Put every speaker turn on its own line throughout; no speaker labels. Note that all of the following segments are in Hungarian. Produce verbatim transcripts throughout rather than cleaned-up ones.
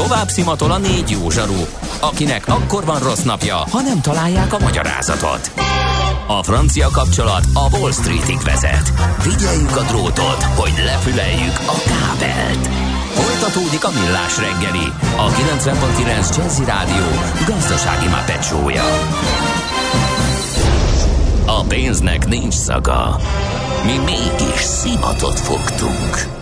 Tovább szimatol a négy jó zsaru, akinek akkor van rossz napja, ha nem találják a magyarázatot. A francia kapcsolat a Wall Streetig vezet. Figyeljük a drótot, hogy lefüleljük a kábelt. Folytatódik a Millás reggeli, a kilencven pont kilenc Jazzy Rádió gazdasági mápecsója. A pénznek nincs szaga. Mi mégis szimatot fogtunk.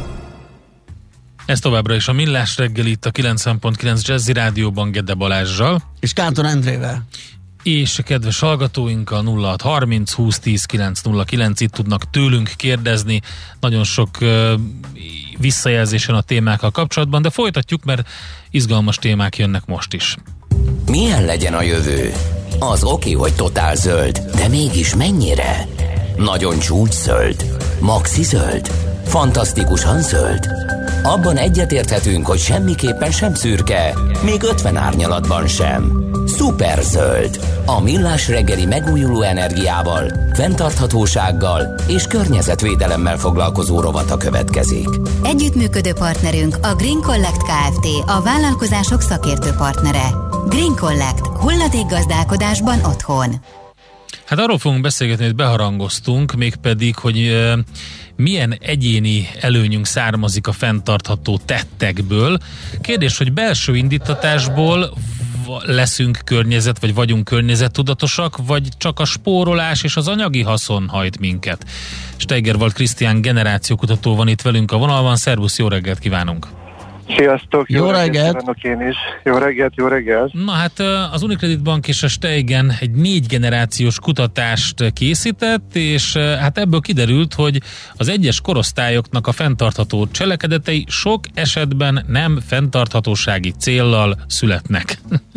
Ez továbbra is a Millás reggeli, itt a kilencven pont kilenc Jazzy Rádióban Gede Balázsral.
És Kántor Endrével.
És a kedves hallgatóinkkal nulla hat harminc húsz tíz kilenc nulla kilenc, itt tudnak tőlünk kérdezni. Nagyon sok uh, visszajelzésen a témákkal kapcsolatban, de folytatjuk, mert izgalmas témák jönnek most is.
Milyen legyen a jövő? Az oké, hogy totál zöld, de mégis mennyire? Nagyon csúcs zöld? Maxi zöld? Fantasztikusan zöld? Abban egyetérthetünk, hogy semmiképpen sem szürke, még ötven árnyalatban sem. Szuper zöld. A Millás reggeli megújuló energiával, fenntarthatósággal és környezetvédelemmel foglalkozó rovata következik.
Együttműködő partnerünk a Green Collect Kft., a vállalkozások szakértő partnere. Green Collect. Hulladékgazdálkodásban otthon.
Hát arról fogunk beszélgetni, hogy beharangoztunk, mégpedig, hogy e, milyen egyéni előnyünk származik a fenntartható tettekből. Kérdés, hogy belső indítatásból leszünk környezet, vagy vagyunk környezettudatosak, vagy csak a spórolás és az anyagi haszon hajt minket. Steigerwald Krisztián generációkutató van itt velünk a vonalban. Szervusz, jó reggelt kívánunk!
Sziasztok!
Jó, jó reggelt!
Kívánok én is. Jó reggelt, jó reggelt!
Na hát az Unicredit Bank és a Steigen egy négy generációs kutatást készített, és hát ebből kiderült, hogy az egyes korosztályoknak a fenntartható cselekedetei sok esetben nem fenntarthatósági céllal születnek.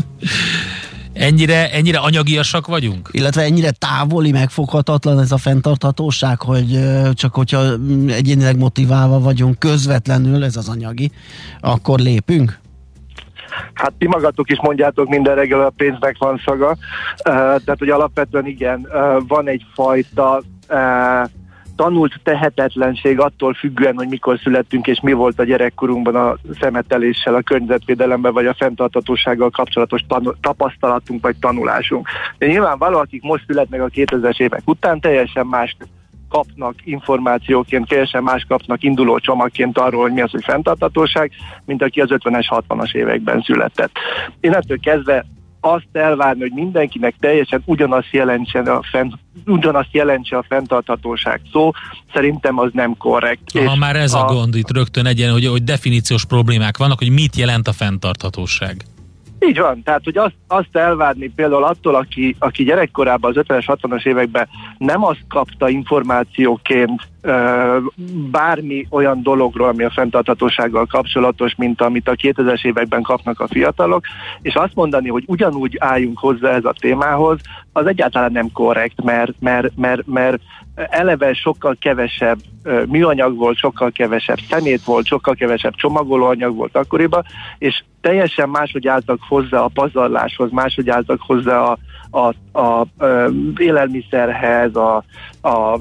Ennyire, ennyire anyagiasak vagyunk?
Illetve ennyire távoli, megfoghatatlan ez a fenntarthatóság, hogy csak hogyha egyénileg motiválva vagyunk közvetlenül, ez az anyagi, akkor lépünk?
Hát ti magatok is mondjátok, minden reggel a pénznek van szaga. Uh, tehát, hogy alapvetően igen, uh, van egyfajta uh, tanult tehetetlenség attól függően, hogy mikor születtünk, és mi volt a gyerekkorunkban a szemeteléssel, a környezetvédelemben, vagy a fenntarthatósággal kapcsolatos tanul- tapasztalatunk, vagy tanulásunk. De nyilvánvaló, akik most születnek a kétezres évek után, teljesen más kapnak információként, teljesen más kapnak induló csomagként arról, hogy mi az, hogy fenntarthatóság, mint aki az ötvenes, hatvanas években született. Én ettől kezdve azt elvárni, hogy mindenkinek teljesen ugyanazt jelentsen a, fent, ugyanazt jelentse a fenntarthatóság szó, szerintem az nem korrekt.
Ha már ez a, a gond itt rögtön egyen, hogy, hogy definíciós problémák vannak, hogy mit jelent a fenntarthatóság.
Így van, tehát hogy azt, azt elvárni például attól, aki, aki gyerekkorában az ötvenes, hatvanas években nem azt kapta információként ö, bármi olyan dologról, ami a fenntarthatósággal kapcsolatos, mint amit a kétezres években kapnak a fiatalok, és azt mondani, hogy ugyanúgy álljunk hozzá ez a témához, az egyáltalán nem korrekt, mert, mert, mert, mert eleve sokkal kevesebb uh, műanyag volt, sokkal kevesebb szemét volt, sokkal kevesebb csomagolóanyag volt akkoriban, és teljesen máshogy álltak hozzá a pazarláshoz, máshogy álltak hozzá a, a, a, a élelmiszerhez, a, a,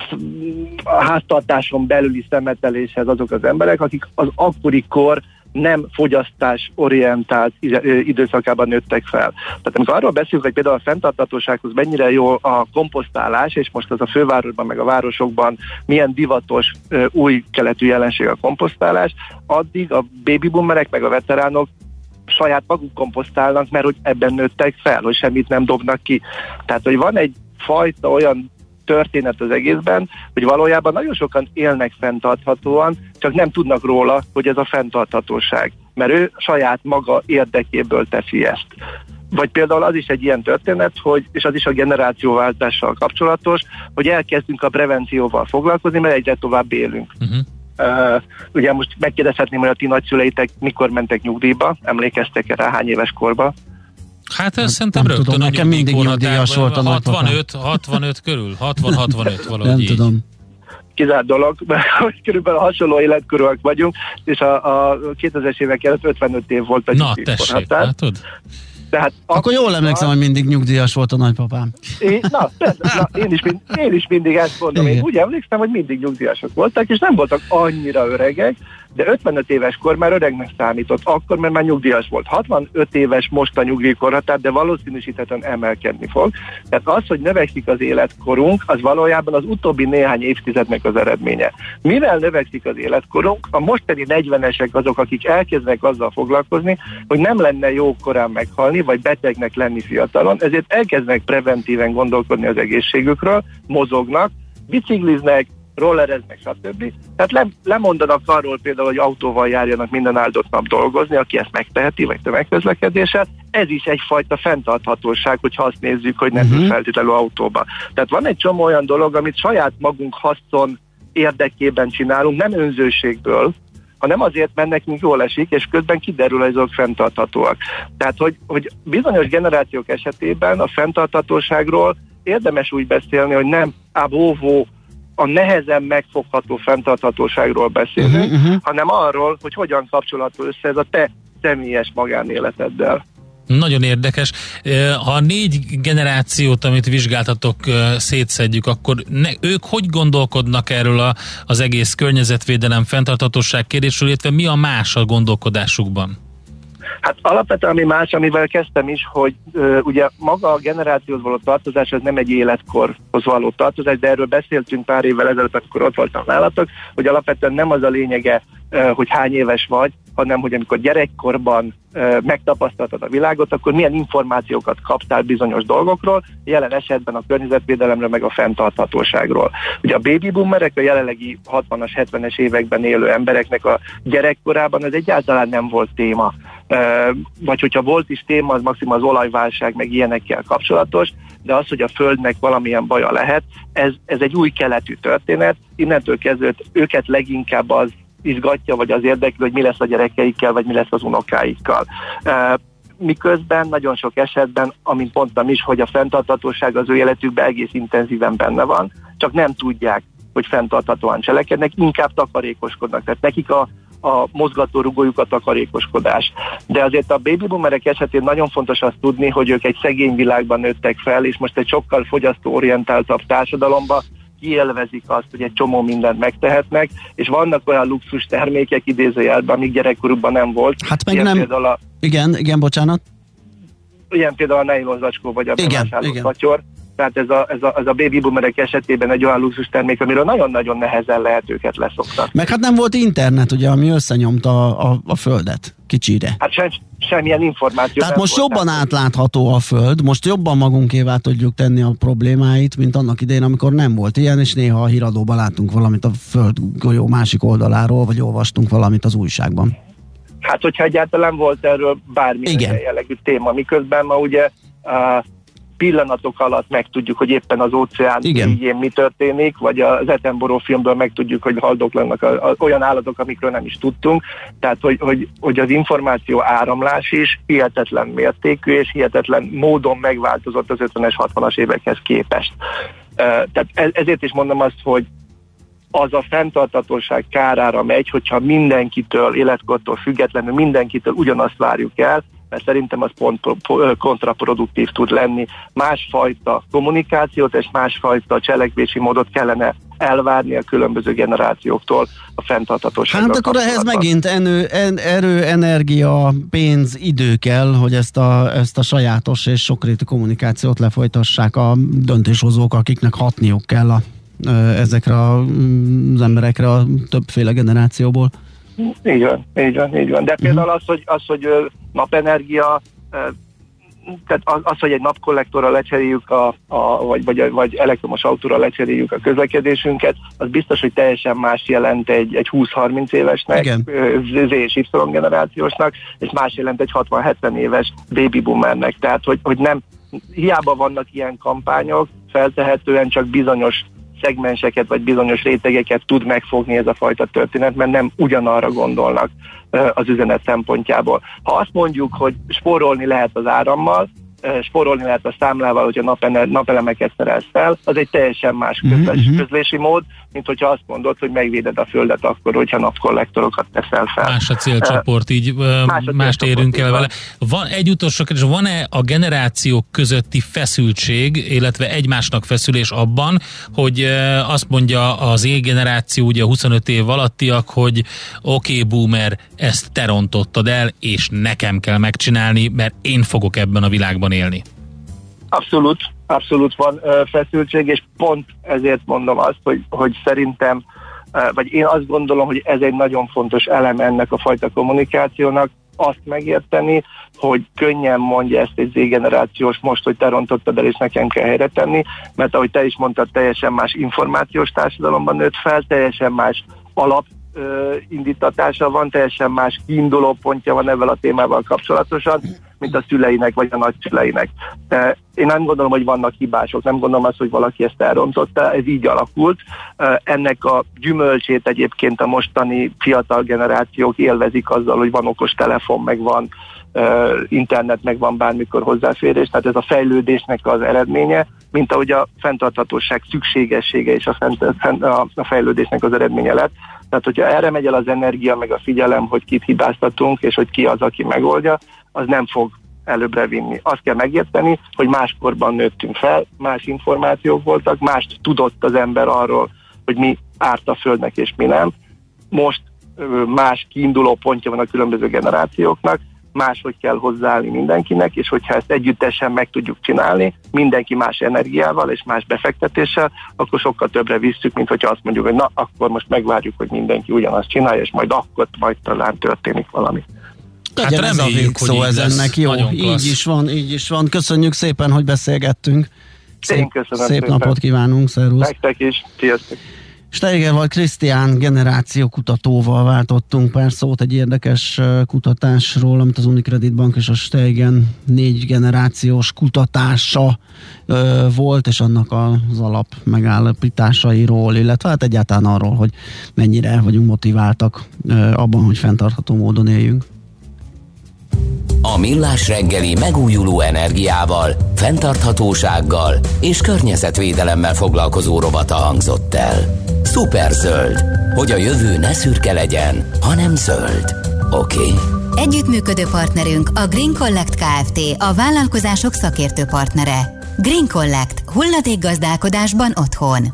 a háztartáson belüli szemeteléshez azok az emberek, akik az akkori kor nem fogyasztásorientált időszakában nőttek fel. Tehát amikor arról beszélünk, hogy például a fenntarthatósághoz mennyire jó a komposztálás, és most az a fővárosban meg a városokban milyen divatos új keletű jelenség a komposztálás, addig a baby boomerek meg a veteránok saját maguk komposztálnak, mert hogy ebben nőttek fel, hogy semmit nem dobnak ki. Tehát, hogy van egy fajta olyan történet az egészben, hogy valójában nagyon sokan élnek fenntarthatóan, csak nem tudnak róla, hogy ez a fenntarthatóság. Mert ő saját maga érdekéből teszi ezt. Vagy például az is egy ilyen történet, hogy, és az is a generációváltással kapcsolatos, hogy elkezdünk a prevencióval foglalkozni, mert egyre tovább élünk. Uh-huh. Uh, ugye most megkérdezhetném, hogy a ti nagyszüleitek mikor mentek nyugdíjba, emlékeztek rá, hány éves korba?
Hát ez szerintem rögtön
tudom, nekem mindig nyugdíjas volt a
hatvanöt, hatvanöt körül, hatvan hatvanöt valahogy
nem
így.
tudom.
Kizárt dolog, mert hogy körülbelül hasonló életkorúak vagyunk, és a, a kétezres évek előtt ötvenöt év volt a
nyugdíjkorhatár. Na, tessék, látod?
Tehát
akkor jól emlékszem, hogy mindig nyugdíjas volt a nagypapám.
Én, na, na én, is mind, én is mindig ezt mondom. Igen. Én úgy emlékszem, hogy mindig nyugdíjasok voltak, és nem voltak annyira öregek, de ötvenöt éves kor már öregnek számított, akkor mert már nyugdíjas volt. hatvanöt éves most a nyugdíjkorhatár, de valószínűsíthetően emelkedni fog. Tehát az, hogy növekszik az életkorunk, az valójában az utóbbi néhány évtizednek az eredménye. Mivel növekszik az életkorunk, a mostani negyvenesek azok, akik elkezdenek azzal foglalkozni, hogy nem lenne jó korán meghalni, vagy betegnek lenni fiatalon, ezért elkezdenek preventíven gondolkodni az egészségükről, mozognak, bicikliznek, rollereznek, stb. Tehát le, lemondanak arról például, hogy autóval járjanak minden áldott nap dolgozni, aki ezt megteheti, vagy tömegközlekedéssel. Ez is egyfajta fenntarthatóság, hogyha azt nézzük, hogy nem ül uh-huh. feltétlenül autóba. Tehát van egy csomó olyan dolog, amit saját magunk haszon érdekében csinálunk, nem önzőségből, hanem azért, mert nekünk jól esik, és közben kiderül, hogy azok fenntarthatóak. Tehát, hogy, hogy bizonyos generációk esetében a fenntarthatóságról érdemes úgy beszélni, hogy nem ábóvó, a nehezen megfogható fenntarthatóságról beszélünk, uh-huh, uh-huh. hanem arról, hogy hogyan kapcsolható össze ez a te személyes magánéleteddel.
Nagyon érdekes. Ha a négy generációt, amit vizsgáltatok, szétszedjük, akkor ne, ők hogy gondolkodnak erről a, az egész környezetvédelem, fenntarthatóság kérdésről, illetve mi a más a gondolkodásukban?
Hát alapvetően ami más, amivel kezdtem is, hogy uh, ugye maga a generációhoz való tartozás, ez nem egy életkorhoz való tartozás, de erről beszéltünk pár évvel ezelőtt, amikor ott voltam nálatok, hogy alapvetően nem az a lényege, uh, hogy hány éves vagy, hanem hogy amikor gyerekkorban uh, megtapasztaltad a világot, akkor milyen információkat kaptál bizonyos dolgokról, jelen esetben a környezetvédelemről, meg a fenntarthatóságról. Ugye a baby boomerek, a jelenlegi hatvanas, hetvenes években élő embereknek a gyerekkorában ez egyáltalán nem volt téma. Uh, vagy hogyha volt is téma, az maximum az olajválság, meg ilyenekkel kapcsolatos, de az, hogy a Földnek valamilyen baja lehet, ez, ez egy új keletű történet, innentől kezdve őket leginkább az izgatja, vagy az érdekli, hogy mi lesz a gyerekeikkel, vagy mi lesz az unokáikkal. Uh, miközben nagyon sok esetben, amint mondtam is, hogy a fenntarthatóság az ő életükben egész intenzíven benne van, csak nem tudják, hogy fenntarthatóan cselekednek, inkább takarékoskodnak. Tehát nekik a a mozgatórugójuk a takarékoskodás. De azért a baby boomerek esetén nagyon fontos azt tudni, hogy ők egy szegény világban nőttek fel, és most egy sokkal fogyasztóorientáltabb társadalomba kiélvezik azt, hogy egy csomó mindent megtehetnek, és vannak olyan luxus termékek idézőjelben, amik gyerekkorukban nem volt.
Hát meg nem... A... Igen, igen, bocsánat.
Ilyen például a nejlonzacskó, vagy a bevásárló szatyor. Tehát ez a, ez, a, ez a baby boomerek esetében egy olyan luxus termék, amiről nagyon-nagyon nehezen lehet őket leszoktatni.
Meg hát nem volt internet, ugye, ami összenyomta a, a, a földet kicsire.
Hát sem, semmilyen információ.
Tehát most volt, jobban tehát... átlátható a föld, most jobban magunkévá tudjuk tenni a problémáit, mint annak idején, amikor nem volt ilyen, és néha a híradóban láttunk valamit a föld golyó másik oldaláról, vagy olvastunk valamit az újságban.
Hát, hogyha egyáltalán volt erről bármilyen jellegű téma, miközben ma ugye uh, pillanatok alatt megtudjuk, hogy éppen az óceán végén mi történik, vagy az Attenborough filmből megtudjuk, hogy haldoklanak a, a, olyan állatok, amikről nem is tudtunk. Tehát, hogy, hogy, hogy az információ áramlás is hihetetlen mértékű, és hihetetlen módon megváltozott az ötvenes, hatvanas évekhez képest. Uh, tehát ez, ezért is mondom azt, hogy az a fenntarthatóság kárára megy, hogyha mindenkitől, életkortól függetlenül mindenkitől ugyanazt várjuk el, mert szerintem az pont kontraproduktív tud lenni. Másfajta kommunikációt és másfajta cselekvési módot kellene elvárni a különböző generációktól a fenntarthatósággal.
Hát akkor ehhez megint enő, en, erő, energia, pénz, idő kell, hogy ezt a, ezt a sajátos és sokrétű kommunikációt lefolytassák a döntéshozók, akiknek hatniuk kell a, ezekre az emberekre a többféle generációból.
Így van, így van, így van. De például az, hogy, az, hogy napenergia, tehát az, az, hogy egy napkollektorral lecseréljük, a, a, vagy, vagy, vagy elektromos autóra lecseréljük a közlekedésünket, az biztos, hogy teljesen más jelent egy, egy húsz-harminc évesnek, Z és Y generációsnak, és más jelent egy hatvan-hetven éves baby boomernek. Tehát, hogy, hogy nem, hiába vannak ilyen kampányok, feltehetően csak bizonyos szegmenseket vagy bizonyos rétegeket tud megfogni ez a fajta történet, mert nem ugyanarra gondolnak az üzenet szempontjából. Ha azt mondjuk, hogy spórolni lehet az árammal, sporolni lehet a számlával, hogyha napene, napelemeket szerelsz fel, az egy teljesen más közles, uh-huh. közlési mód, mint hogyha azt mondod, hogy megvéded a földet akkor, hogyha napkollektorokat teszel fel.
Más a célcsoport, így más a mást érünk el vele. Van egy utolsó kérdés, van-e a generációk közötti feszültség, illetve egymásnak feszülés abban, hogy azt mondja az én-generáció, ugye huszonöt év alattiak, hogy oké, okay, boomer, ezt te rontottad el, és nekem kell megcsinálni, mert én fogok ebben a világban élni.
Abszolút, abszolút van uh, feszültség, és pont ezért mondom azt, hogy, hogy szerintem, uh, vagy én azt gondolom, hogy ez egy nagyon fontos elem ennek a fajta kommunikációnak, azt megérteni, hogy könnyen mondja ezt egy Z-generációs most, hogy te rontottad el, és nekem kell helyre tenni, mert ahogy te is mondtad, teljesen más információs társadalomban nőtt fel, teljesen más alap indítatása van, teljesen más kiinduló pontja van ezzel a témával kapcsolatosan, mint a szüleinek vagy a nagyszüleinek. Én nem gondolom, hogy vannak hibások, nem gondolom azt, hogy valaki ezt elrontotta, ez így alakult. Ennek a gyümölcsét egyébként a mostani fiatal generációk élvezik azzal, hogy van okos telefon, meg van internet, meg van bármikor hozzáférés, tehát ez a fejlődésnek az eredménye, mint ahogy a fenntarthatóság szükségessége és a, fent, a fejlődésnek az eredménye lett. Tehát, hogyha erre megy el az energia, meg a figyelem, hogy kit hibáztatunk, és hogy ki az, aki megoldja, az nem fog előbbre vinni. Azt kell megérteni, hogy máskorban nőttünk fel, más információk voltak, mást tudott az ember arról, hogy mi árt a Földnek és mi nem. Most más kiinduló pontja van a különböző generációknak, máshogy kell hozzáállni mindenkinek, és hogyha ezt együttesen meg tudjuk csinálni, mindenki más energiával és más befektetéssel, akkor sokkal többre visszük, mint hogyha azt mondjuk, hogy na, akkor most megvárjuk, hogy mindenki ugyanazt csinálja, és majd akkor majd talán történik valami.
Hát legyen ez a végszó ez ennek, jó, így is van, így is van. Köszönjük szépen, hogy beszélgettünk. Szép,
Én köszönöm
szép
szépen.
napot kívánunk, szervusz.
Nektek is, sziasztok.
Steiger vagy Krisztián generációkutatóval váltottunk pár szót egy érdekes kutatásról, amit az Unicredit Bank és a Steiger négy generációs kutatása ö, volt, és annak az alap megállapításairól, illetve hát egyáltalán arról, hogy mennyire vagyunk motiváltak ö, abban, hogy fenntartható módon éljünk.
A Millás reggeli megújuló energiával, fenntarthatósággal és környezetvédelemmel foglalkozó rovata hangzott el. Szuperzöld, hogy a jövő ne szürke legyen, hanem zöld. Oké? Okay?
Együttműködő partnerünk a Green Collect Kft., a vállalkozások szakértő partnere. Green Collect. Hulladékgazdálkodásban otthon.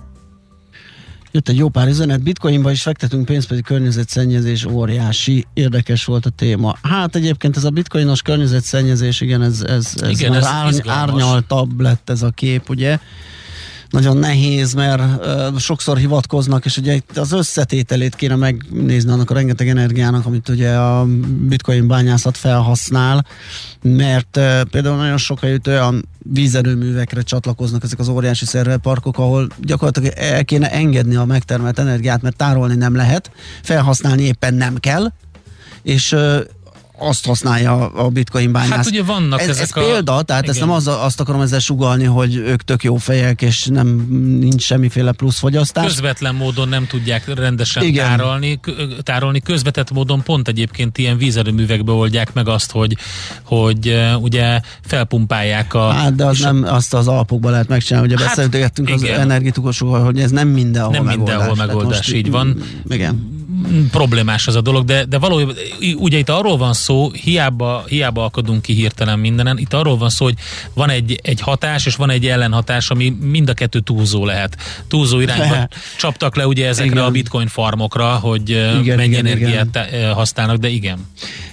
Jött egy jó pár üzenet, bitcoinba is fektetünk pénzt, pedig környezetszennyezés óriási, érdekes volt a téma. Hát egyébként ez a bitcoinos környezetszennyezés, igen, ez, ez, ez, igen, ez árny, árnyaltabb lett ez a kép, ugye? Nagyon nehéz, mert uh, sokszor hivatkoznak, és ugye az összetételét kéne megnézni annak a rengeteg energiának, amit ugye a bitcoin bányászat felhasznál, mert uh, például nagyon sok helyütt olyan vízerőművekre csatlakoznak ezek az óriási szerverparkok, ahol gyakorlatilag el kéne engedni a megtermelt energiát, mert tárolni nem lehet, felhasználni éppen nem kell, és uh, azt használja a bitcoin bányász.
Hát ugye vannak
ez,
ezek
ez
a...
példa, tehát
igen.
ezt nem az, azt akarom ezzel sugallni, hogy ők tök jó fejek, és nem nincs semmiféle plusz fogyasztás.
Közvetlen módon nem tudják rendesen tárolni, tárolni. Közvetett módon pont egyébként ilyen vízerőművekbe oldják meg azt, hogy, hogy uh, ugye felpumpálják a...
Hát de az nem,
a...
azt az Alpokban lehet megcsinálni, ugye hát, beszélgettünk az energetikusokkal, hogy ez nem mindenhol
nem
megoldás.
Nem mindenhol megoldás, így
most,
van.
Igen.
Problémás az a dolog, de, de valójában ugye itt arról van szó, hiába, hiába akadunk ki hirtelen mindenen, itt arról van szó, hogy van egy, egy hatás, és van egy ellenhatás, ami mind a kettő túlzó lehet. Túlzó irányba csaptak le ugye ezekre igen. a bitcoin farmokra, hogy igen, mennyi igen, energiát igen. használnak, de igen.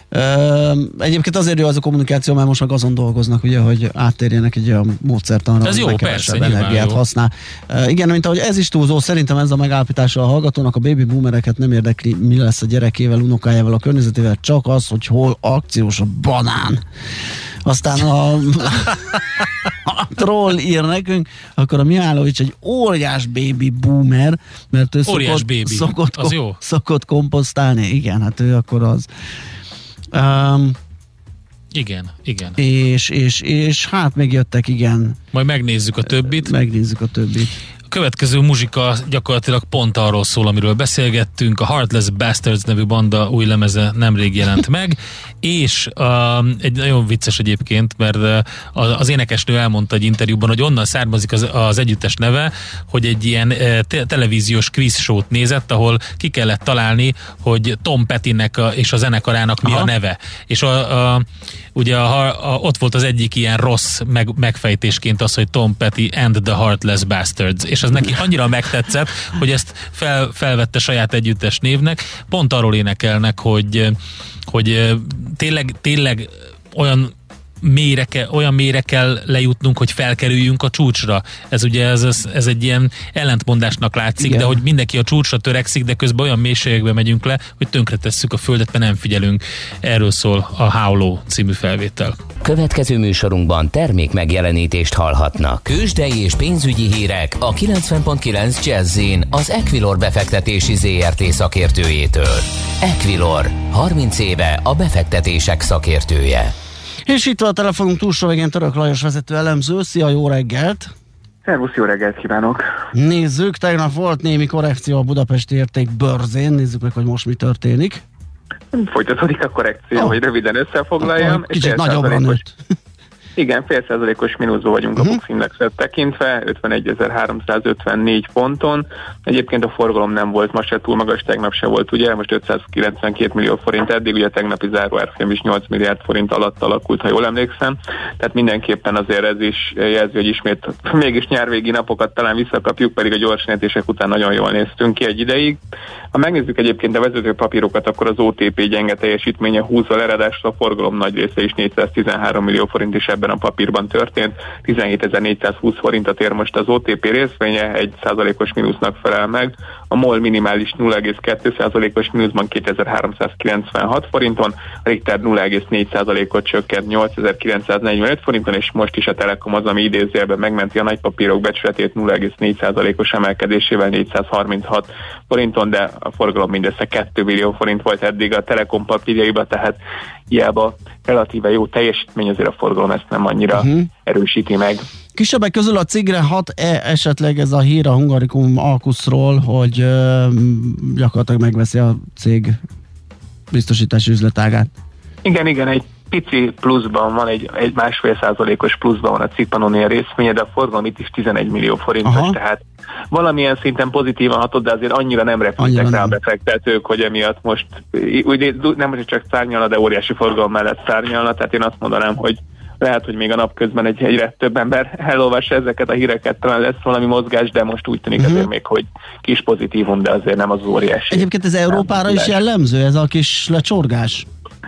Uh, egyébként azért jó az a kommunikáció, mert most meg azon dolgoznak, ugye, hogy áttérjenek egy olyan módszertanra,
hogy
kevesebb energiát használ. Uh, igen, mint ahogy ez is túlzó, szerintem ez a megállapítása a hallgatónak, a baby boomereket nem érdekli, mi lesz a gyerekével, unokájával, a környezetével, csak az, hogy hol akciós a banán. Aztán a, a troll ír nekünk, akkor a Mihálovics egy óriás baby boomer, mert ő szokott,
baby.
szokott,
az jó.
szokott komposztálni. Igen, hát ő akkor az. Um,
igen, igen.
És, és, és hát még jöttek, igen.
Majd megnézzük a többit.
Megnézzük a többit.
A következő muzsika gyakorlatilag pont arról szól, amiről beszélgettünk. A Heartless Bastards nevű banda új lemeze nemrég jelent meg, és uh, egy nagyon vicces egyébként, mert uh, az énekesnő elmondta egy interjúban, hogy onnan származik az, az együttes neve, hogy egy ilyen uh, te- televíziós quiz show-t nézett, ahol ki kellett találni, hogy Tom Pettynek a, és a zenekarának mi Aha. a neve. És a, a, ugye a, a, ott volt az egyik ilyen rossz meg, megfejtésként az, hogy Tom Petty and the Heartless Bastards, és az neki annyira megtetszett, hogy ezt fel, felvette saját együttes névnek. Pont arról énekelnek, hogy, hogy tényleg, tényleg olyan mélyre kell, olyan mélyre kell lejutnunk, hogy felkerüljünk a csúcsra. Ez ugye ez, ez, ez egy ilyen ellentmondásnak látszik, Igen. de hogy mindenki a csúcsra törekszik, de közben olyan mélységekbe megyünk le, hogy tönkretesszük a földet, mert nem figyelünk. Erről szól a Howlow című felvétel.
Következő műsorunkban termék megjelenítést hallhatnak. Kősdei és pénzügyi hírek a kilencven pont kilenc Jazz-in az Equilor befektetési zé er té szakértőjétől. Equilor, harminc éve a befektetések szakértője.
És itt van a telefonunk túlsó végén Török Lajos vezető elemző. Szia, jó reggelt!
Szervusz, jó reggelt kívánok!
Nézzük, tegnap volt némi korrekció a budapesti értékbörzén, nézzük meg, hogy most mi történik.
Folytatódik a korrekció, oh. hogy röviden összefoglaljam.
Kicsit nagyobbra nőtt.
Igen, fél százalékos mínuszban vagyunk uh-huh. a Bux Indexet tekintve, ötvenegyezer-háromszázötvennégy ponton. Egyébként a forgalom nem volt ma se túl magas, tegnap se volt, ugye, most ötszázkilencvenkét millió forint eddig, ugye a tegnapi záróárfolyam is nyolc milliárd forint alatt alakult, ha jól emlékszem. Tehát mindenképpen azért ez is jelzi, hogy ismét mégis nyárvégi napokat talán visszakapjuk, pedig a gyorsnetések után nagyon jól néztünk ki egy ideig. Ha megnézzük egyébként a vezető papírokat, akkor az o té pé gyenge teljesítménye húzza le, ráadásul a forgalom nagy része is négyszáztizenhárom millió forint is ebben a papírban történt, tizenhétezer-négyszázhúsz forintot ér most az o té pé részvénye, egy százalékos mínusznak felel meg, a MOL minimális nulla egész kettő százalékos mínuszban kétezer-háromszázkilencvenhat forinton, a Richter nulla egész négy százalékot csökkent nyolcezer-kilencszáznegyvenöt forinton, és most is a Telekom az, ami idézőjelben megmenti a nagypapírok becsületét nulla egész négy százalékos emelkedésével négyszázharminchat forinton, de a forgalom mindössze két millió forint volt eddig a Telekom papírjaiba, tehát hiába relatíve jó teljesítmény, azért a forgalom ezt nem annyira uh-huh. erősíti meg.
Kisebbek közül a cégre hat-e esetleg ez a hír a Hungarikum Alkuszról, hogy ö, gyakorlatilag megveszi a cég biztosítási üzletágát?
Igen, igen, egy pici pluszban van, egy, egy másfél százalékos pluszban van a Cég Pannonia részvénye, de a forgalom itt is tizenegy millió forintos, Aha. tehát valamilyen szinten pozitívan hatott, de azért annyira nem repültek rá a befektetők, hogy emiatt most úgy nem most csak szárnyalna, de óriási forgalom mellett szárnyalna, tehát én azt mondanám, hogy lehet, hogy még a nap közben egy, egyre több ember elolvassa ezeket a híreket, talán lesz valami mozgás, de most úgy tűnik uh-huh. azért még, hogy kis pozitívum, de azért nem az óriási.
Egyébként ez Európára is jellemző, ez a kis lecsorgás?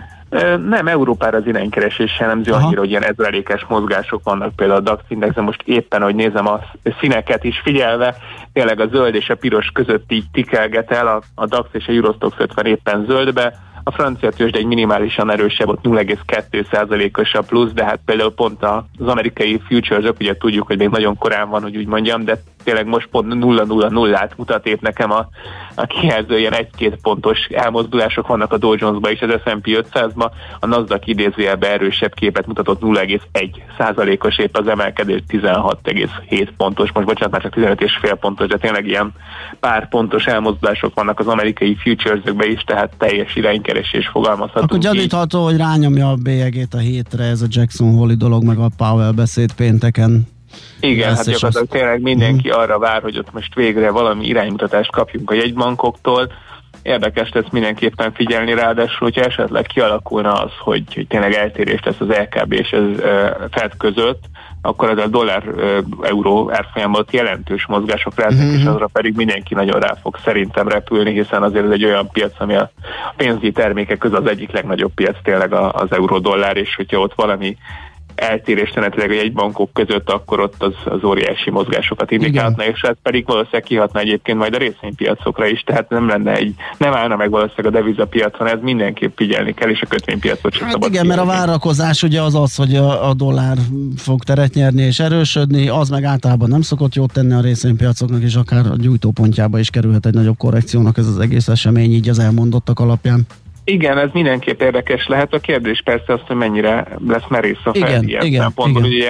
Nem, Európára az iránykeresés jellemző, annyira, hogy ilyen ezrelékes mozgások vannak, például a DAX indexen, most éppen, hogy nézem a színeket is figyelve, tényleg a zöld és a piros között így tikelget el, a, a DAX és a Eurostoxx ötven éppen zöldbe, a francia tőzsde egy minimálisan erősebb, ott nulla egész kettő százalékos a plusz, de hát például pont az amerikai futuresok, ugye tudjuk, hogy még nagyon korán van, hogy úgy mondjam, de tényleg most pont nulla nulla nullát mutat épp nekem a, a kijelző, ilyen egy-két pontos elmozdulások vannak a Dow Jonesban és az es and pé ötszázban, a Nasdaq idézőjelben erősebb képet mutatott, nulla egész egy százalékos épp az emelkedés, tizenhat egész hét pontos, most bocsánat, már csak tizenöt egész öt pontos, de tényleg ilyen pár pontos elmozdulások vannak az amerikai futuresökben is, tehát teljes iránykeresés fogalmazhatunk.
Akkor gyanítható, hogy rányomja a bélyegét a hétre ez a Jackson Hole-i dolog, meg a Powell beszéd pénteken.
Igen, hát gyakorlatilag tényleg mindenki uh-huh. arra vár, hogy ott most végre valami iránymutatást kapjunk a jegybankoktól. Érdekes lesz mindenképpen figyelni, ráadásul, hogyha esetleg kialakulna az, hogy, hogy tényleg eltérés lesz az el ká bé és az uh, Fed között, akkor ez a dollár-euró árfolyamban jelentős mozgások lehetnek, uh-huh. és azra pedig mindenki nagyon rá fog szerintem repülni, hiszen azért ez egy olyan piac, ami a pénzügyi termékek közül az egyik legnagyobb piac tényleg az euró-dollár, és hogyha ott valami eltérés tenetileg egy bankok között, akkor ott az, az óriási mozgásokat indikálhatna, és ez pedig valószínűleg kihatna egyébként majd a részvénypiacokra is, tehát nem lenne egy, nem állna meg valószínűleg a devizapiacon, ez mindenképp figyelni kell, és a kötvénypiacot sem
hát
szabad
igen,
figyelni.
Mert a várakozás ugye az az, hogy a, a dollár fog teret nyerni és erősödni, az meg általában nem szokott jót tenni a részvénypiacoknak, és akár a gyújtópontjába is kerülhet egy nagyobb korrekciónak ez az egész esemény, így az elmondottak alapján. Igen,
ez mindenképp érdekes lehet. A kérdés persze az, hogy mennyire lesz merész a fel ilyen
igen,
szempontból.
Igen.
Ugye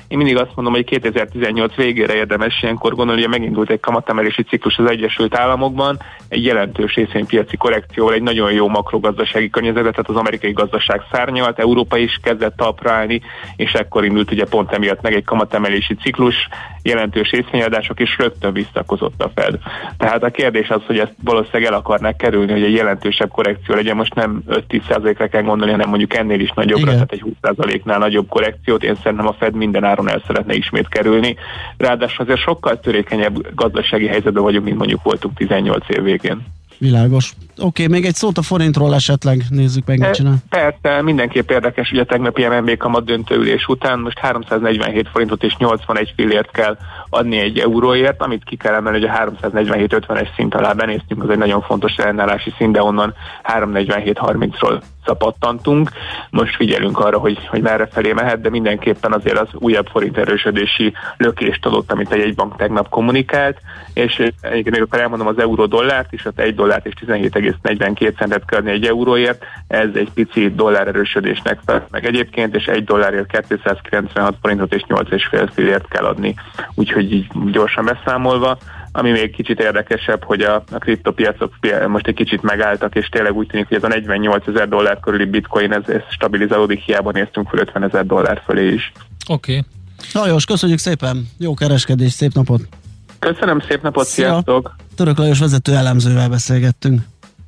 Én mindig azt mondom, hogy kétezer-tizennyolc végére érdemes ilyenkor gondolni, hogy megindult egy kamatemelési ciklus az Egyesült Államokban, egy jelentős részvénypiaci korrekcióval, egy nagyon jó makrogazdasági környezetet, tehát az amerikai gazdaság szárnyalt, Európa is kezdett talpra állni, és ekkor indult ugye pont emiatt meg egy kamatemelési ciklus, jelentős részvényadások, és rögtön visszakozott a Fed. Tehát a kérdés az, hogy ezt valószínűleg el akarnák kerülni, hogy egy jelentősebb korrekció legyen, most nem öt-tíz százalékra kell gondolni, hanem mondjuk ennél is nagyobbra, igen. Tehát egy húsz százaléknál nagyobb korrekciót, én szerintem a Fed minden áron el szeretne ismét kerülni. Ráadásul azért sokkal törékenyebb gazdasági helyzetben vagyunk, mint mondjuk voltunk tizennyolc év végén.
Világos. Oké, okay, még egy szót a forintról esetleg, nézzük meg, mit csinál.
Persze, mindenképp érdekes, ugye a tegnapi em en bé kamat döntőülés után most háromszáznegyvenhét forintot és nyolcvanegy fillért kell adni egy euróért, amit ki kell emelni, hogy a háromszáznegyvenhét ötvenes szint alá benéztünk, az egy nagyon fontos ellenállási szint, de onnan háromszáznegyvenhét harmincról szapattantunk. Most figyelünk arra, hogy, hogy merre felé mehet, de mindenképpen azért az újabb forint erősödési lökést adott, amit egy jegybank tegnap kommunikált, és egyébként még akkor elmondom az euró-dollárt is, ott egy dollárt és tizenhét egész negyvenkét centet kell adni egy euróért, ez egy pici dollár erősödésnek fel meg egyébként, és egy dollárért kétszázkilencvenhat forintot és nyolc egész öt fillért kell adni. Úgyhogy így gyorsan beszámolva. Ami még kicsit érdekesebb, hogy a, a kriptopiacok most egy kicsit megálltak, és tényleg úgy tűnik, hogy ez a negyvennyolcezer dollár körüli bitcoin, ez, ez stabilizálódik, hiába néztünk fel ötvenezer dollár fölé is.
Oké. Okay.
Lajos, köszönjük szépen, jó kereskedés, szép napot!
Köszönöm, szép napot, Szia. Sziasztok!
Török Lajos vezető elemzővel beszélgettünk.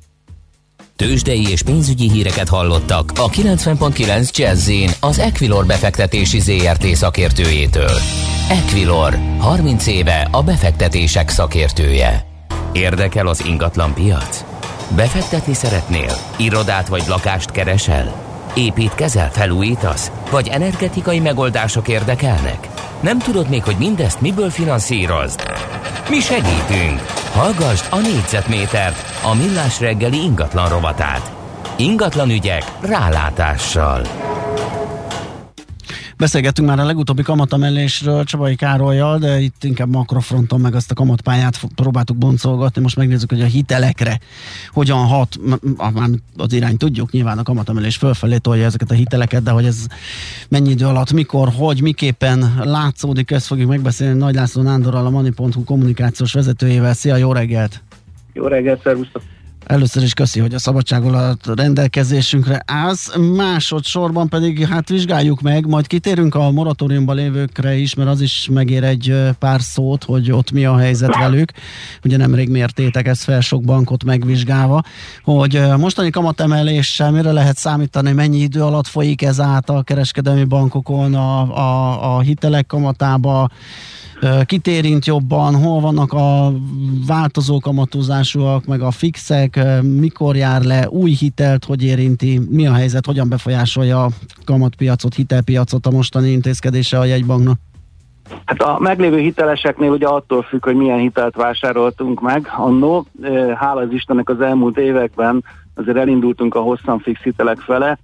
Tőzsdei és pénzügyi híreket hallottak a kilencven pont kilenc Jazz-in az Equilor befektetési zé er té szakértőjétől. Equilor, harminc éve a befektetések szakértője. Érdekel az ingatlan piac? Befektetni szeretnél? Irodát vagy lakást keresel? Építkezel, felújítasz? Vagy energetikai megoldások érdekelnek? Nem tudod még, hogy mindezt miből finanszírozd? Mi segítünk! Hallgasd a négyzetmétert, a Millás reggeli ingatlan rovatát. Ingatlan ügyek rálátással.
Beszélgettünk már a legutóbbi kamatemelésről Csabai Károllyal, de itt inkább makrofronton meg azt a kamatpályát próbáltuk boncolgatni. Most megnézzük, hogy a hitelekre hogyan hat, már az irány tudjuk, nyilván a kamatemelés fölfelé tolja ezeket a hiteleket, de hogy ez mennyi idő alatt, mikor, hogy, miképpen látszódik, ezt fogjuk megbeszélni Nagy László Nándorral, a Money pont hu kommunikációs vezetőjével. Szia, jó reggelt!
Jó reggelt, szervusztok!
Először is köszi, hogy a szabadság alatt rendelkezésünkre állsz, másodszorban pedig hát vizsgáljuk meg, majd kitérünk a moratóriumban lévőkre is, mert az is megér egy pár szót, hogy ott mi a helyzet velük. Ugye nemrég mértétek ezt fel sok bankot megvizsgálva, hogy mostani kamatemeléssel mire lehet számítani, mennyi idő alatt folyik ez át a kereskedelmi bankokon, a, a, a hitelek kamatába, kit érint jobban, hol vannak a változó kamatozásúak, meg a fixek, mikor jár le, új hitelt, hogy érinti, mi a helyzet, hogyan befolyásolja a kamatpiacot, hitelpiacot a mostani intézkedése a jegybanknak?
Hát a meglévő hiteleseknél ugye attól függ, hogy milyen hitelt vásároltunk meg annó. Hála az Istennek az elmúlt években azért elindultunk a hosszan fix hitelek fele.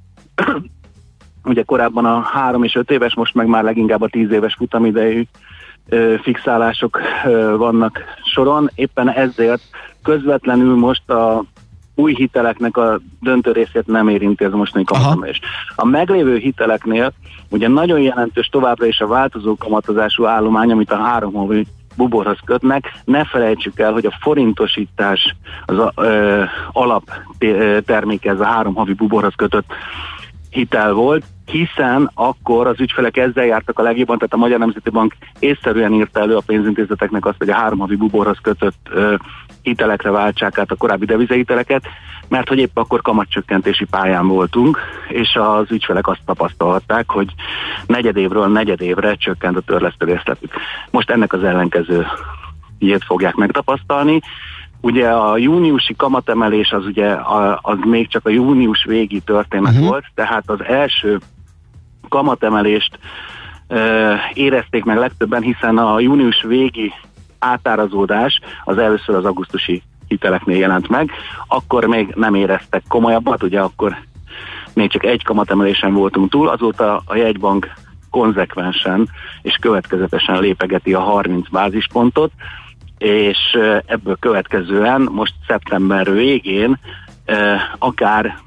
Ugye korábban a három és öt éves, most meg már leginkább a tíz éves futamidejű fixálások vannak soron. Éppen ezért közvetlenül most a új hiteleknek a döntő részét nem érinti ez a mostani kamatemelés. A meglévő hiteleknél ugye nagyon jelentős továbbra is a változó kamatozású állomány, amit a három havi buborhoz kötnek. Ne felejtsük el, hogy a forintosítás az a, ö, alapterméke, ez a három havi buborhoz kötött hitel volt, hiszen akkor az ügyfelek ezzel jártak a legjobban, tehát a Magyar Nemzeti Bank észszerűen írta elő a pénzintézeteknek azt, hogy a három havi buborhoz kötött ö, hitelekre váltsák át a korábbi devizahiteleket, mert hogy épp akkor kamatcsökkentési pályán voltunk, és az ügyfelek azt tapasztalhatták, hogy negyedévről negyedévre csökkent a törlesztő részletük. Most ennek az ellenkező ilyet fogják megtapasztalni. Ugye a júniusi kamatemelés az ugye a, az még csak a június végi történet uh-huh. volt, tehát az első kamatemelést e, érezték meg legtöbben, hiszen a június végi átárazódás az először az augusztusi hiteleknél jelent meg, akkor még nem éreztek komolyabbat, ugye akkor még csak egy kamatemelésen voltunk túl, azóta a jegybank konzekvensen és következetesen lépegeti a harminc bázispontot, és ebből következően most szeptember végén akár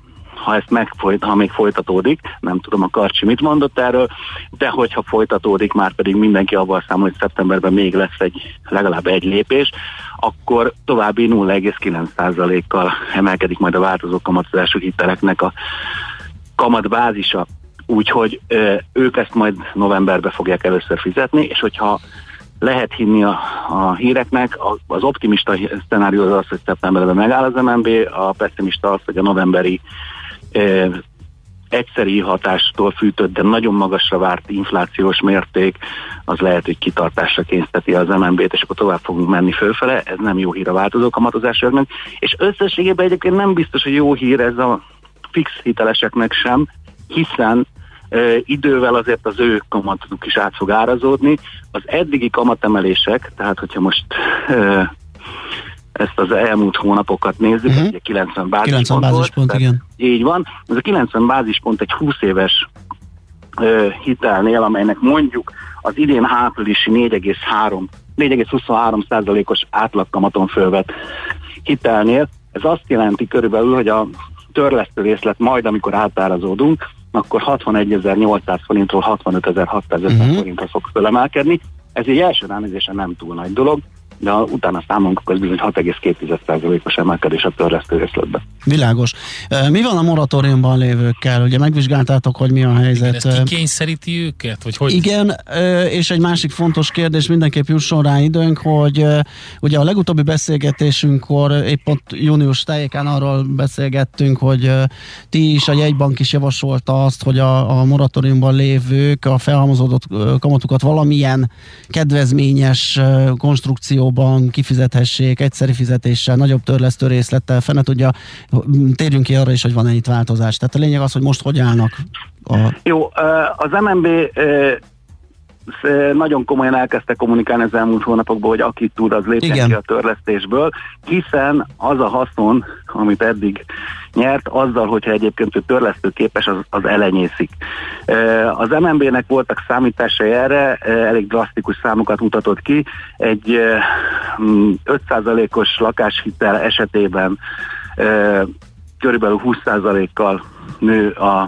ha ezt megfolyt, ha még folytatódik, nem tudom a Karcsi mit mondott erről, de hogyha folytatódik, már pedig mindenki avval számol, hogy szeptemberben még lesz egy, legalább egy lépés, akkor további nulla egész kilenc százalékkal emelkedik majd a változó kamatozású hiteleknek a kamatbázisa. Úgyhogy ö, ők ezt majd novemberben fogják először fizetni, és hogyha lehet hinni a, a híreknek, az optimista szcenárió az az, hogy szeptemberben megáll az em en bé, a pessimista az, hogy a novemberi ö, egyszeri hatástól fűtött, de nagyon magasra várt inflációs mérték, az lehet, hogy kitartásra kényszeríti az em en bét, és akkor tovább fogunk menni fölfele, ez nem jó hír a változó kamatozásoknak, és összességében egyébként nem biztos, hogy jó hír ez a fix hiteleseknek sem, hiszen uh, idővel azért az ő kamatuk is át fog árazódni. Az eddigi kamatemelések, tehát hogyha most uh, ezt az elmúlt hónapokat nézzük, uh-huh. ugye kilencven bázispont
bázispont,
volt,
igen.
Így van. Ez a kilencven bázispont egy húsz éves uh, hitelnél, amelynek mondjuk az idén áprilisi négy egész huszonhárom százalékos átlagkamaton fölvett hitelnél, ez azt jelenti körülbelül, hogy a törlesztő részlet majd, amikor átárazódunk, akkor hatvanegyezer-nyolcszáz forintról hatvanötezer-hatszáz uh-huh. forintra fog fölemelkedni. Ez egy első ránézésen nem túl nagy dolog, de utána számunk az bizony hat egész két százalékos emelkedés a törlesztő részletben.
Világos. Mi van a moratóriumban lévőkkel? Ugye megvizsgáltátok, hogy mi a helyzet.
Igen, ez kikényszeríti őket? Vagy hogy?
Igen, és egy másik fontos kérdés, mindenképp jusson rá időnk, hogy ugye a legutóbbi beszélgetésünkkor épp ott június tájékán arról beszélgettünk, hogy ti is, a jegybank is javasolta azt, hogy a, a moratóriumban lévők a felhalmozódott kamatukat valamilyen kedvezményes konstrukció kifizethessék, egyszeri fizetéssel, nagyobb törlesztő részlettel, fene tudja, térjünk ki arra is, hogy van-e itt változás. Tehát a lényeg az, hogy most hogy állnak a...
Jó, az em en bé nagyon komolyan elkezdte kommunikálni az elmúlt hónapokban, hogy aki tud, az lépjen
Igen.
ki a törlesztésből, hiszen az a haszon, amit eddig nyert, azzal, hogyha egyébként ő törlesztőképes, az, az elenyészik. Az em en bének voltak számításai erre, elég drasztikus számokat mutatott ki. Egy öt százalékos lakáshitel esetében körülbelül húsz százalékkal nő a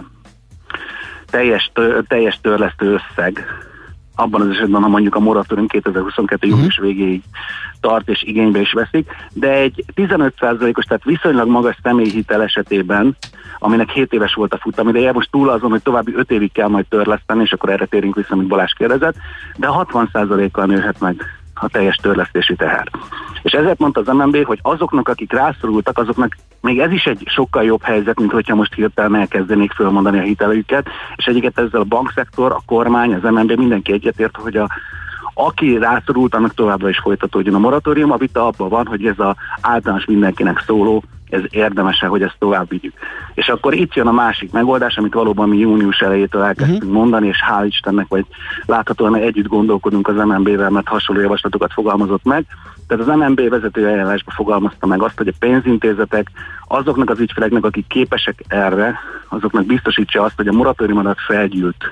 teljes, teljes törlesztő összeg, abban az esetben, ha mondjuk a moratórium kétezer-huszonkettő
uh-huh.
június végéig tart és igénybe is veszik, de egy tizenöt százalékos, tehát viszonylag magas személyhitel esetében, aminek hét éves volt a futamideje, most túl azon, hogy további öt évig kell majd törleszteni, és akkor erre térünk vissza, amit Balázs kérdezett, de hatvan százalékkal nőhet meg a teljes törlesztési teher. És ezért mondta az em en bé, hogy azoknak, akik rászorultak, azoknak még ez is egy sokkal jobb helyzet, mint hogyha most hirtelen elkezdenék fölmondani a hitelüket, és egyiket ezzel a bankszektor, a kormány, az em en bé mindenki egyetért, hogy a, aki rászorult, annak továbbra is folytatódjon a moratórium. A vita abban van, hogy ez az általános mindenkinek szóló, ez érdemes-e, hogy ezt tovább vigyük. És akkor itt jön a másik megoldás, amit valóban mi június elejétől elkezdtünk uh-huh. mondani, és hál' Istennek, vagy láthatóan együtt gondolkodunk az em en bével, mert hasonló javaslatokat fogalmazott meg. Tehát az em en bé vezető ajánlásban fogalmazta meg azt, hogy a pénzintézetek azoknak az ügyfeleknek, akik képesek erre, azoknak biztosítsa azt, hogy a moratórium alatt felgyűlt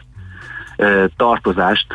e, tartozást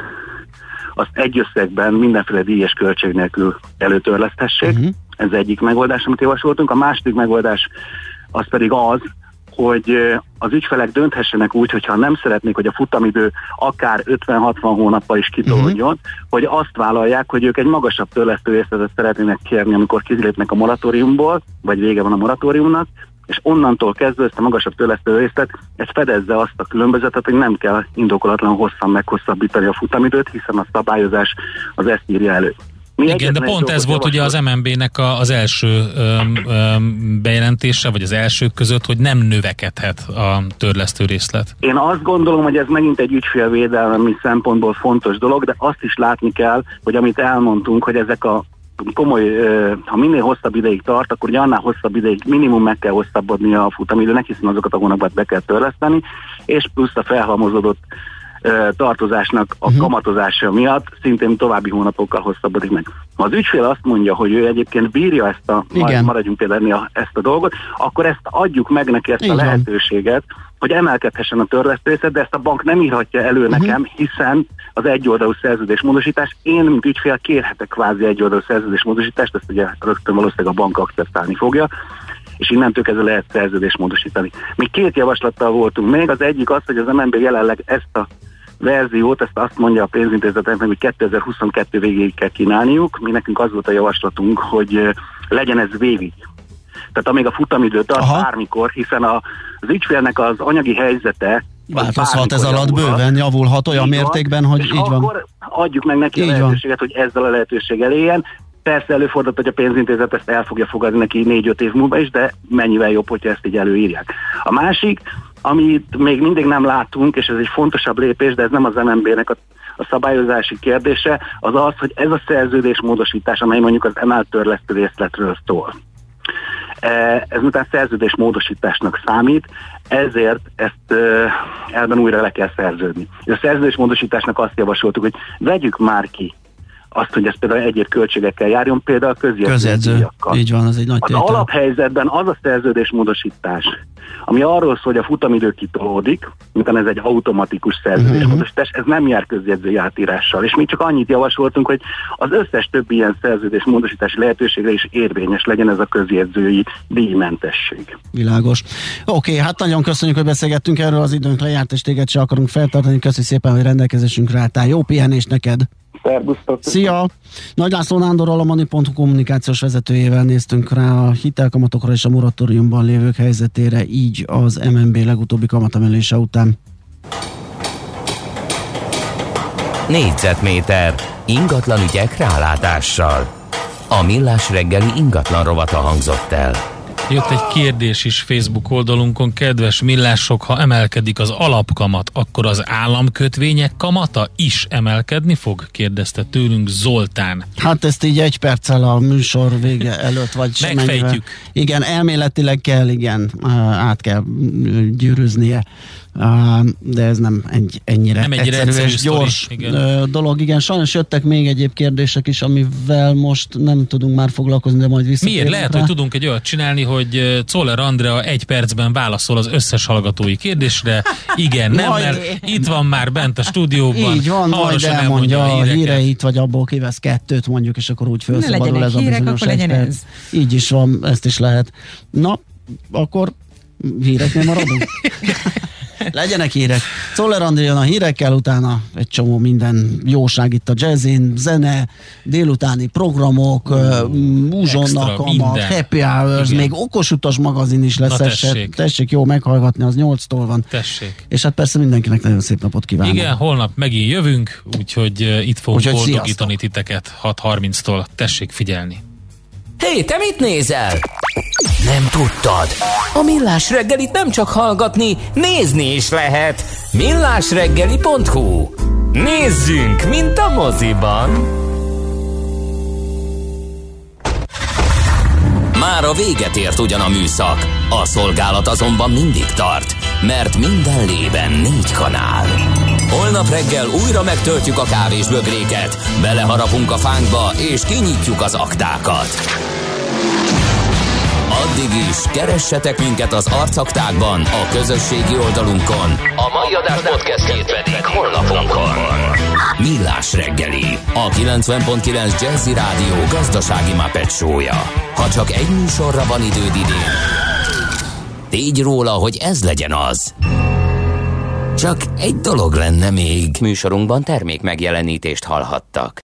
azt egy összegben mindenféle díjas költség nélkül előtörleszthessék. Uh-huh. Ez egyik megoldás, amit javasoltunk. A második megoldás az pedig az, hogy az ügyfelek dönthessenek úgy, hogyha nem szeretnék, hogy a futamidő akár ötven-hatvan hónappal is kitolódjon, uh-huh. hogy azt vállalják, hogy ők egy magasabb törlesztő részletet szeretnének kérni, amikor kilépnek a moratóriumból, vagy vége van a moratóriumnak, és onnantól kezdve ezt a magasabb törlesztő részlet, ez fedezze azt a különbözetet, hogy nem kell indokolatlan hosszan meghosszabbítani a futamidőt, hiszen a szabályozás az ezt írja elő. Mi
Igen, de pont ez volt ugye az em en bének a, az első öm, öm, bejelentése, vagy az elsők között, hogy nem növekedhet a törlesztő részlet.
Én azt gondolom, hogy ez megint egy ügyfélvédelmi szempontból fontos dolog, de azt is látni kell, hogy amit elmondtunk, hogy ezek a komoly, ha minél hosszabb ideig tart, akkor ugye annál hosszabb ideig minimum meg kell hosszabbodni a futamidőnek, hiszen azokat a hónapokat be kell törleszteni, és plusz a felhalmozódott tartozásnak a uh-huh. kamatozása miatt szintén további hónapokkal hosszabbodik meg. Ha az ügyfél azt mondja, hogy ő egyébként bírja ezt a, majd maradjunk például a, ezt a dolgot, akkor ezt adjuk meg neki ezt a lehetőséget, hogy emelkedhessen a törlesztőrészlet, de ezt a bank nem írhatja elő uh-huh. nekem, hiszen az egyoldalú szerződésmódosítás, én, mint ügyfél kérhetek kvázi egyoldalú szerződésmódosítást, ezt ugye rögtön valószínűleg a bank akceptálni fogja, és innentől kezdve lehet szerződést módosítani. Mi két javaslattal voltunk még, az egyik az, hogy az em en bé jelenleg ezt a verziót, ezt azt mondja a pénzintézeteknek, hogy kétezer-huszonkettő végéig kell kínálniuk. Mi nekünk az volt a javaslatunk, hogy legyen ez végig. Tehát amíg a futamidő tart bármikor, hiszen a, az ügyfélnek az anyagi helyzete
változhat ez alatt bőven, javulhat olyan mértékben, hogy így van.
Akkor adjuk meg neki így a lehetőséget, van. Hogy ezzel a lehetőséggel éljen. Persze előfordult, hogy a pénzintézet ezt el fogja fogadni neki négy-öt év múlva is, de mennyivel jobb, hogyha ezt így előírják. A másik, amit még mindig nem látunk, és ez egy fontosabb lépés, de ez nem az em en bé-nek a, a szabályozási kérdése, az az, hogy ez a szerződésmódosítás, amely mondjuk az emelt törlesztő részletről szól. Ez után szerződésmódosításnak számít, ezért ezt elben újra le kell szerződni. A szerződésmódosításnak azt javasoltuk, hogy vegyük már ki azt, hogy ez például egyéb költségekkel járjon, például
közjegyző. Így van, az egy nagy
az
tétel.
Alaphelyzetben az a szerződésmódosítás, ami arról szól, hogy a futamidő kitolódik, miután ez egy automatikus szerződésmódosítás, ez nem jár közjegyzői átírással. És mi csak annyit javasoltunk, hogy az összes többi ilyen szerződésmódosítási lehetőségre is érvényes legyen ez a közjegyzői díjmentesség.
Világos. Oké, okay, hát nagyon köszönjük, hogy beszélgettünk erről, az időnk lejárt, és téged se akarunk feltartani. Köszönjük szépen, hogy rendelkezésünkre álltál. Jó pihenést neked!
Szerbusztok.
Szia! Nagy László Nándorral, a Money pont hu kommunikációs vezetőjével néztünk rá a hitelkamatokra és a moratóriumban lévők helyzetére, így az em en bé legutóbbi kamatemelése után.
Négyzetméter ingatlan ügyek rálátással. A Millás reggeli ingatlan rovata hangzott el.
Jött egy kérdés is Facebook oldalunkon, kedves millások, ha emelkedik az alapkamat, akkor az államkötvények kamata is emelkedni fog? Kérdezte tőlünk Zoltán.
Hát ezt így egy perccel a műsor vége előtt, vagy
megfejtjük. Mennyivel.
Igen, elméletileg kell, igen, át kell gyűrűznie. De ez nem egy, ennyire,
nem ennyire
egyszerű és gyors sztori, igen. dolog. Igen, sajnos jöttek még egyéb kérdések is, amivel most nem tudunk már foglalkozni, de majd visszatérünk.
Miért? Lehet, rá. Hogy tudunk egy olyat csinálni, hogy Czoller Andrea egy percben válaszol az összes hallgatói kérdésre. Igen, nem, mert itt van már bent a stúdióban.
Így van, majd elmondja a híreit, vagy abból kivesz kettőt mondjuk, és akkor úgy felszabadul ez a
hírek,
bizonyos
akkor legyen ez.
Így is van, ezt is lehet. Na, akkor híreknél maradunk? Legyenek hírek. Czoller Andrea a hírekkel, utána egy csomó minden jóság itt a Jazzin, zene, délutáni programok, Múzsonnak kamat, Happy Hours, igen. Még okosutas magazin is lesz. Tessék. tessék jó meghallgatni, az nyolctól van.
Tessék.
És hát persze mindenkinek nagyon szép napot kívánok.
Igen, holnap megint jövünk, úgyhogy itt fogunk úgyhogy boldogítani sziasztok. Titeket hat harminctól. Tessék figyelni.
Hé, hey, te mit nézel? Nem tudtad? A Millás reggelit nem csak hallgatni, nézni is lehet. millásreggeli pont hu. Nézzünk, mint a moziban. Már a véget ért ugyan a műszak, a szolgálat azonban mindig tart, mert minden lében négy kanál. Holnap reggel újra megtöltjük a kávésbögréket, beleharapunk a fánkba és kinyitjuk az aktákat. Addig is keressetek minket az arcaktákban, a közösségi oldalunkon, a mai adás podcastjét pedig honlapunkon. Millás reggeli, a kilencven pont kilenc Jazzy Rádió gazdasági Muppet show-ja. Ha csak egy műsorra van időd idén, tégy róla, hogy ez legyen az. Csak egy dolog lenne még. Műsorunkban termék megjelenítést hallhattak.